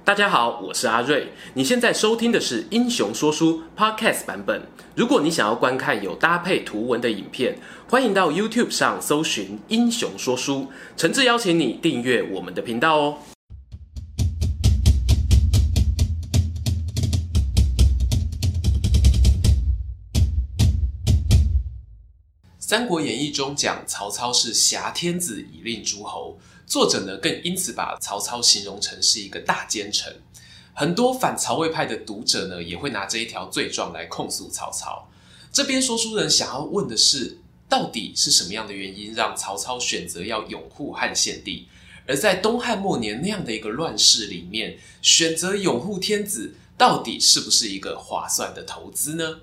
大家好，我是阿瑞。你现在收听的是《英雄说书》Podcast 版本。如果你想要观看有搭配图文的影片，欢迎到 YouTube 上搜寻《英雄说书》，诚挚邀请你订阅我们的频道哦。《三国演义》中讲曹操是挟天子以令诸侯，作者呢更因此把曹操形容成是一个大奸臣。很多反曹魏派的读者呢也会拿这一条罪状来控诉曹操。这边说书人想要问的是，到底是什么样的原因让曹操选择要拥护汉献帝？而在东汉末年那样的一个乱世里面，选择拥护天子，到底是不是一个划算的投资呢？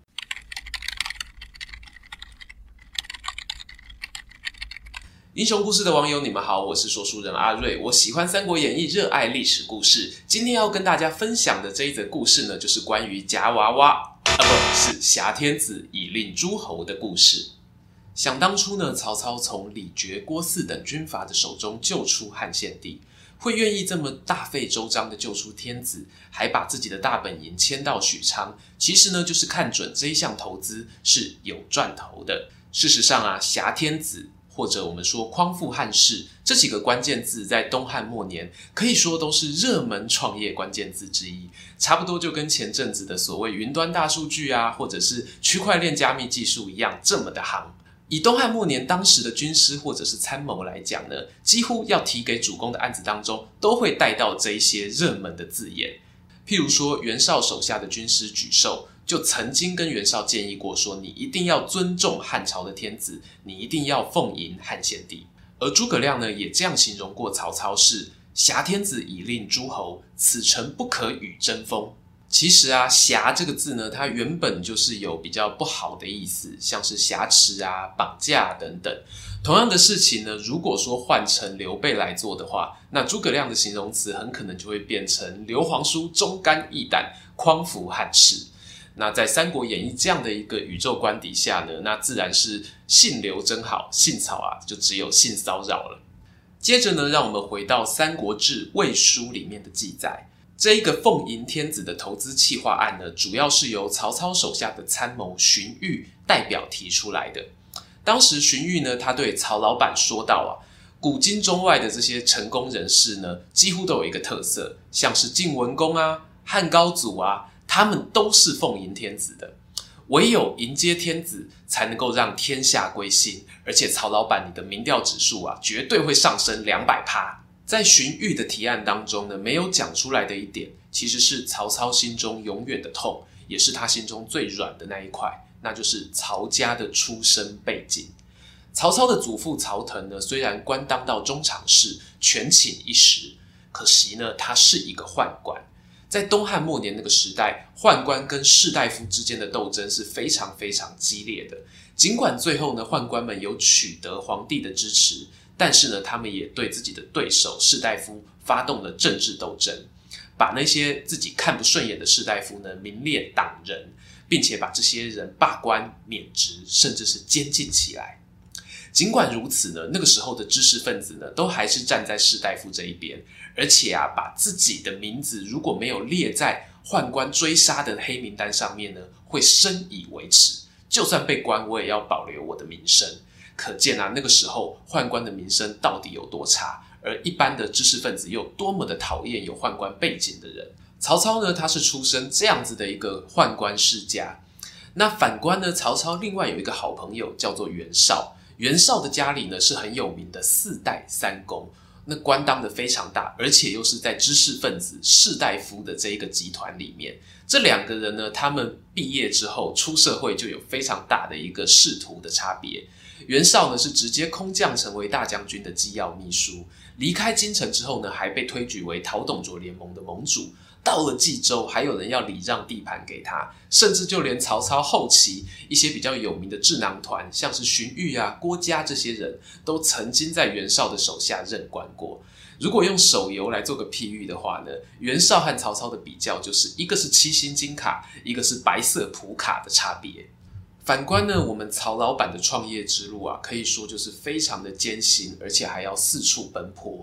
英雄故事的网友，你们好，我是说书人阿瑞。我喜欢《三国演义》，热爱历史故事。今天要跟大家分享的这一则故事呢，就是关于夹娃娃，是挟天子以令诸侯的故事。想当初呢，曹操从李傕、郭汜等军阀的手中救出汉献帝，会愿意这么大费周章的救出天子，还把自己的大本营迁到许昌，其实呢，就是看准这一项投资是有赚头的。事实上啊，挟天子或者我们说匡复汉室，这几个关键字在东汉末年可以说都是热门创业关键字之一，差不多就跟前阵子的所谓云端大数据啊，或者是区块链加密技术一样这么的行。以东汉末年当时的军师或者是参谋来讲呢，几乎要提给主公的案子当中都会带到这一些热门的字眼。譬如说袁绍手下的军师沮授就曾经跟袁绍建议过说，你一定要尊重汉朝的天子，你一定要奉迎汉献帝。而诸葛亮呢也这样形容过曹操是挟天子以令诸侯，此诚不可与争锋。其实啊，挟这个字呢，它原本就是有比较不好的意思，像是挟持啊、绑架等等。同样的事情呢，如果说换成刘备来做的话，那诸葛亮的形容词很可能就会变成刘皇叔忠肝义胆，匡扶汉室。那在《三国演义》这样的一个宇宙观底下呢，那自然是姓刘真好，姓曹啊就只有性骚扰了。接着呢，让我们回到《三国志·魏书》里面的记载。这一个奉迎天子的投资企划案呢，主要是由曹操手下的参谋荀彧代表提出来的。当时荀彧呢，他对曹老板说道啊，古今中外的这些成功人士呢，几乎都有一个特色，像是晋文公啊、汉高祖啊，他们都是奉迎天子的。唯有迎接天子，才能够让天下归心。而且曹老板，你的民调指数啊，绝对会上升200%。在荀彧的提案当中呢，没有讲出来的一点，其实是曹操心中永远的痛，也是他心中最软的那一块，那就是曹家的出身背景。曹操的祖父曹腾呢，虽然官当到中常侍，权倾一时，可惜呢，他是一个宦官。在东汉末年那个时代，宦官跟士大夫之间的斗争是非常非常激烈的。尽管最后呢，宦官们有取得皇帝的支持，但是呢，他们也对自己的对手士大夫发动了政治斗争，把那些自己看不顺眼的士大夫呢名列党人，并且把这些人罢官、免职，甚至是监禁起来。尽管如此呢，那个时候的知识分子呢，都还是站在士大夫这一边，而且啊，把自己的名字如果没有列在宦官追杀的黑名单上面呢，会深以为耻。就算被关，我也要保留我的名声。可见啊，那个时候宦官的名声到底有多差，而一般的知识分子又多么的讨厌有宦官背景的人。曹操呢，他是出身这样子的一个宦官世家。那反观呢，曹操另外有一个好朋友叫做袁绍。袁绍的家里呢是很有名的4代3公，那官当的非常大，而且又是在知识分子士大夫的这一个集团里面。这2个人呢，他们毕业之后出社会就有非常大的一个仕途的差别。袁绍呢是直接空降成为大将军的机要秘书，离开京城之后呢，还被推举为讨董卓联盟的盟主。到了冀州，还有人要礼让地盘给他，甚至就连曹操后期一些比较有名的智囊团，像是荀彧啊、郭嘉这些人，都曾经在袁绍的手下任官过。如果用手游来做个譬喻的话呢，袁绍和曹操的比较就是一个是7星金卡，一个是白色普卡的差别。反观呢，我们曹老板的创业之路啊，可以说就是非常的艰辛，而且还要四处奔波。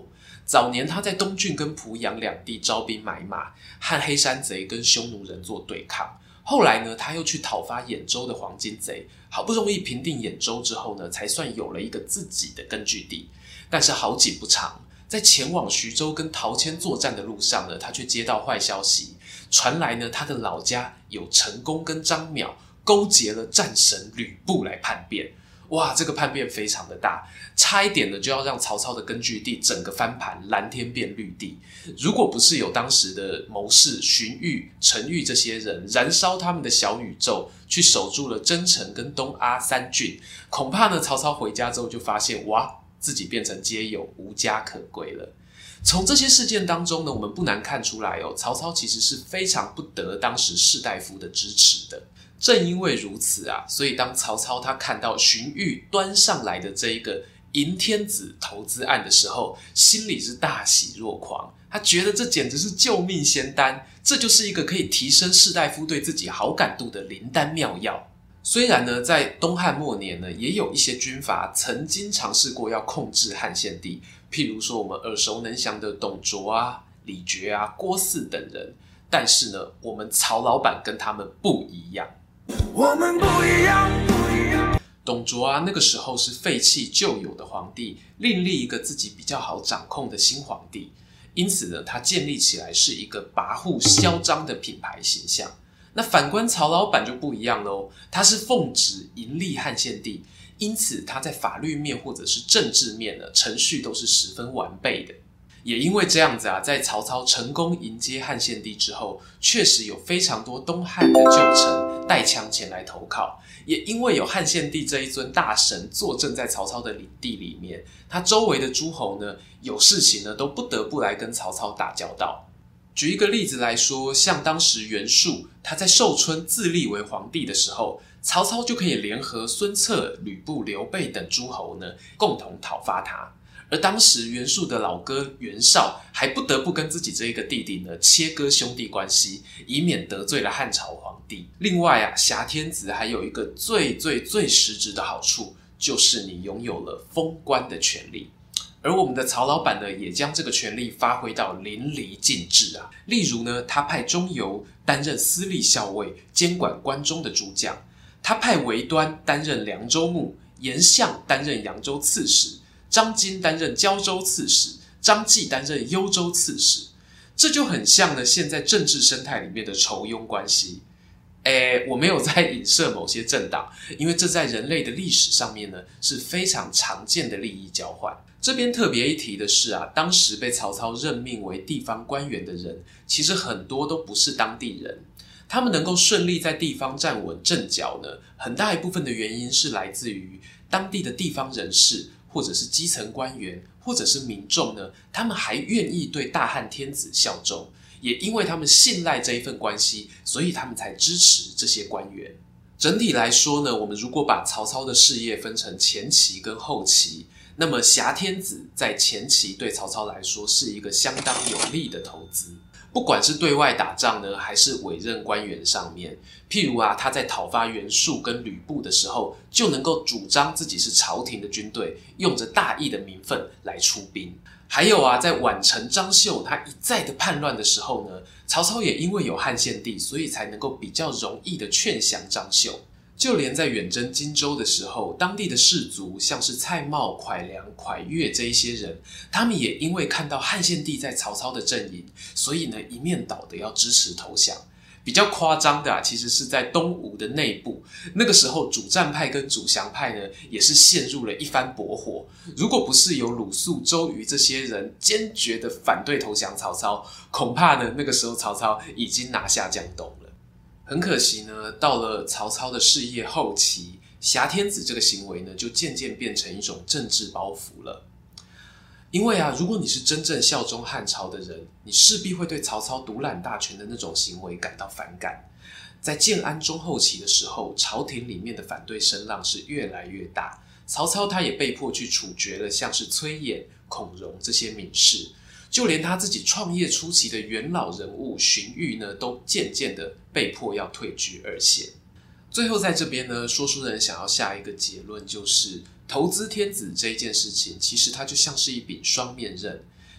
早年他在东郡跟濮阳两地招兵买马，和黑山贼跟匈奴人做对抗。后来呢，他又去讨伐兖州的黄巾贼，好不容易平定兖州之后呢，才算有了一个自己的根据地。但是好景不长，在前往徐州跟陶谦作战的路上呢，他却接到坏消息，传来呢他的老家有陈宫跟张邈勾结了战神吕布来叛变。哇，这个叛变非常的大，差一点呢就要让曹操的根据地整个翻盘，蓝天变绿地。如果不是有当时的谋士荀彧、陈馭这些人燃烧他们的小宇宙，去守住了真城跟东阿三郡，恐怕呢曹操回家之后就发现，哇，自己变成街友，无家可归了。从这些事件当中呢，我们不难看出来曹操其实是非常不得当时士大夫的支持的。正因为如此所以当曹操他看到荀彧端上来的这一个尹天子投资案的时候，心里是大喜若狂。他觉得这简直是救命仙丹，这就是一个可以提升士大夫对自己好感度的灵丹妙药。虽然呢，在东汉末年呢，也有一些军阀曾经尝试过要控制汉献帝，譬如说我们耳熟能详的董卓李傕郭汜等人。但是呢，我们曹老板跟他们不一样。我们不一样，董卓那个时候是废弃旧有的皇帝，另立一个自己比较好掌控的新皇帝，因此呢，他建立起来是一个跋扈嚣张的品牌形象。那反观曹老板就不一样咯，他是奉旨迎立汉献帝，因此他在法律面或者是政治面呢，程序都是十分完备的。也因为这样子在曹操成功迎接汉献帝之后，确实有非常多东汉的旧臣带枪前来投靠。也因为有汉献帝这一尊大神坐镇在曹操的领地里面，他周围的诸侯呢，有事情呢都不得不来跟曹操打交道。举一个例子来说，像当时袁术他在寿春自立为皇帝的时候，曹操就可以联合孙策、吕布、刘备等诸侯呢，共同讨伐他。而当时袁术的老哥袁绍还不得不跟自己这一个弟弟呢切割兄弟关系，以免得罪了汉朝皇帝。另外挟天子还有一个最实质的好处，就是你拥有了封官的权利。而我们的曹老板呢，也将这个权力发挥到淋漓尽致例如呢，他派钟繇担任司隶校尉，监管关中的诸将；他派韦端担任凉州牧，严相担任扬州刺史，张金担任胶州刺史，张继担任幽州刺史。这就很像呢现在政治生态里面的仇庸关系。我没有在影射某些政党，因为这在人类的历史上面呢是非常常见的利益交换。这边特别一提的是当时被曹操任命为地方官员的人，其实很多都不是当地人。他们能够顺利在地方站稳阵脚呢，很大一部分的原因是来自于当地的地方人士，或者是基层官员，或者是民众呢，他们还愿意对大汉天子效忠。也因为他们信赖这一份关系，所以他们才支持这些官员。整体来说呢，我们如果把曹操的事业分成前期跟后期，那么挟天子在前期对曹操来说是一个相当有利的投资。不管是对外打仗呢，还是委任官员上面，譬如他在讨伐袁术跟吕布的时候，就能够主张自己是朝廷的军队，用着大义的名分来出兵。还有在宛城张绣他一再的叛乱的时候呢，曹操也因为有汉献帝，所以才能够比较容易的劝降张绣。就连在远征荆州的时候，当地的士族像是蔡瑁、蒯良、蒯越这一些人，他们也因为看到汉献帝在曹操的阵营，所以呢一面倒的要支持投降。比较夸张的其实是在东吴的内部，那个时候主战派跟主降派呢，也是陷入了一番搏火。如果不是有鲁肃、周瑜这些人坚决的反对投降曹操，恐怕呢那个时候曹操已经拿下江东了。很可惜呢，到了曹操的事业后期，挟天子这个行为呢，就渐渐变成一种政治包袱了。因为如果你是真正效忠汉朝的人，你势必会对曹操独揽大权的那种行为感到反感。在建安中后期的时候，朝廷里面的反对声浪是越来越大，曹操他也被迫去处决了像是崔琰、孔融这些名士，就连他自己创业初期的元老人物荀彧呢，都渐渐的被迫要退居二线。最后在这边呢，说书人想要下一个结论，就是投资天子这一件事情，其实它就像是一柄双面刃。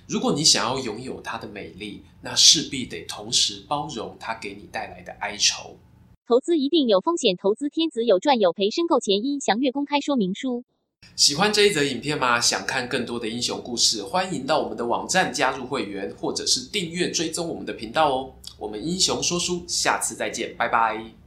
如果你想要拥有它的美丽，那势必得同时包容它给你带来的哀愁。 投资一定有风险，投资天子有赚有赔，申购前应详阅公开说明书。 喜欢这一则影片吗？想看更多的英雄故事，欢迎到我们的网站加入会员，或者是订阅追踪我们的频道哦。我们英雄说书，下次再见，拜拜。